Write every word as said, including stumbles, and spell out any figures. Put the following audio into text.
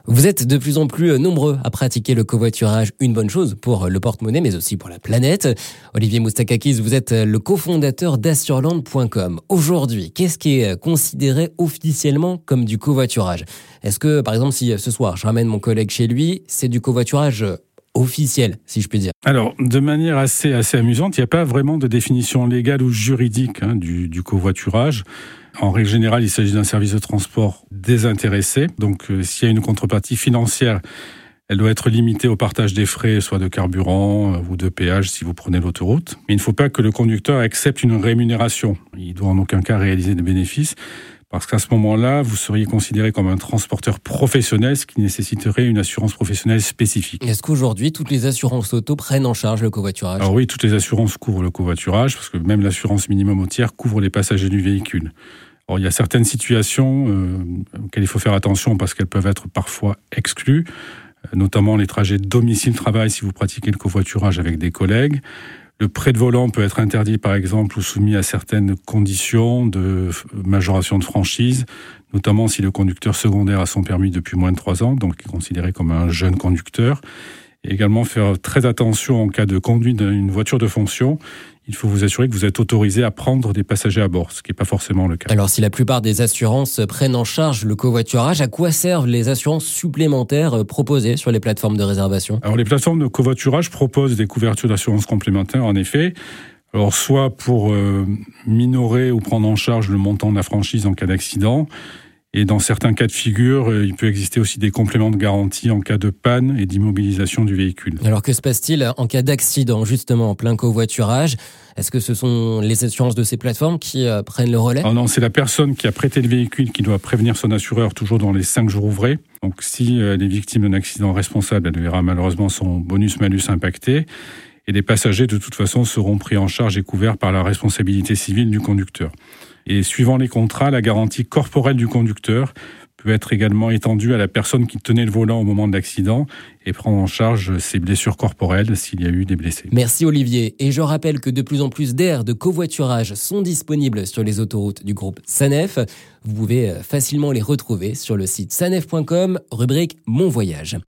Vous êtes de plus en plus nombreux à pratiquer le covoiturage, une bonne chose pour le porte-monnaie mais aussi pour la planète. Olivier Moustakakis, vous êtes le cofondateur d'assureland point com. Aujourd'hui, qu'est-ce qui est considéré officiellement comme du covoiturage ? Est-ce que, par exemple, si ce soir je ramène mon collègue chez lui, c'est du covoiturage officiel, si je puis dire? Alors, de manière assez, assez amusante, il n'y a pas vraiment de définition légale ou juridique hein, du, du covoiturage. En règle générale, il s'agit d'un service de transport désintéressé. Donc, euh, s'il y a une contrepartie financière, elle doit être limitée au partage des frais, soit de carburant euh, ou de péage si vous prenez l'autoroute. Mais il ne faut pas que le conducteur accepte une rémunération. Il doit en aucun cas réaliser des bénéfices. Parce qu'à ce moment-là, vous seriez considéré comme un transporteur professionnel, ce qui nécessiterait une assurance professionnelle spécifique. Est-ce qu'aujourd'hui, toutes les assurances auto prennent en charge le covoiturage ? Alors oui, toutes les assurances couvrent le covoiturage, parce que même l'assurance minimum routière couvre les passagers du véhicule. Alors, il y a certaines situations euh, auxquelles il faut faire attention, parce qu'elles peuvent être parfois exclues, notamment les trajets domicile-travail si vous pratiquez le covoiturage avec des collègues. Le prêt de volant peut être interdit, par exemple, ou soumis à certaines conditions de majoration de franchise, notamment si le conducteur secondaire a son permis depuis moins de trois ans, donc est considéré comme un jeune conducteur. Et également faire très attention en cas de conduite d'une voiture de fonction. Il faut vous assurer que vous êtes autorisé à prendre des passagers à bord, ce qui n'est pas forcément le cas. Alors, si la plupart des assurances prennent en charge le covoiturage, à quoi servent les assurances supplémentaires proposées sur les plateformes de réservation ? Alors, les plateformes de covoiturage proposent des couvertures d'assurance complémentaires, en effet. Alors, soit pour euh, minorer ou prendre en charge le montant de la franchise en cas d'accident. Et dans certains cas de figure, il peut exister aussi des compléments de garantie en cas de panne et d'immobilisation du véhicule. Alors que se passe-t-il en cas d'accident, justement, en plein covoiturage ? Est-ce que ce sont les assurances de ces plateformes qui euh, prennent le relais ? Alors non, c'est la personne qui a prêté le véhicule qui doit prévenir son assureur toujours dans les cinq jours ouvrés. Donc si euh, elle est victime d'un accident responsable, elle verra malheureusement son bonus-malus impacté. Et les passagers, de toute façon, seront pris en charge et couverts par la responsabilité civile du conducteur. Et suivant les contrats, la garantie corporelle du conducteur peut être également étendue à la personne qui tenait le volant au moment de l'accident et prendre en charge ses blessures corporelles s'il y a eu des blessés. Merci Olivier. Et je rappelle que de plus en plus d'aires de covoiturage sont disponibles sur les autoroutes du groupe Sanef. Vous pouvez facilement les retrouver sur le site sanef point com, rubrique Mon Voyage.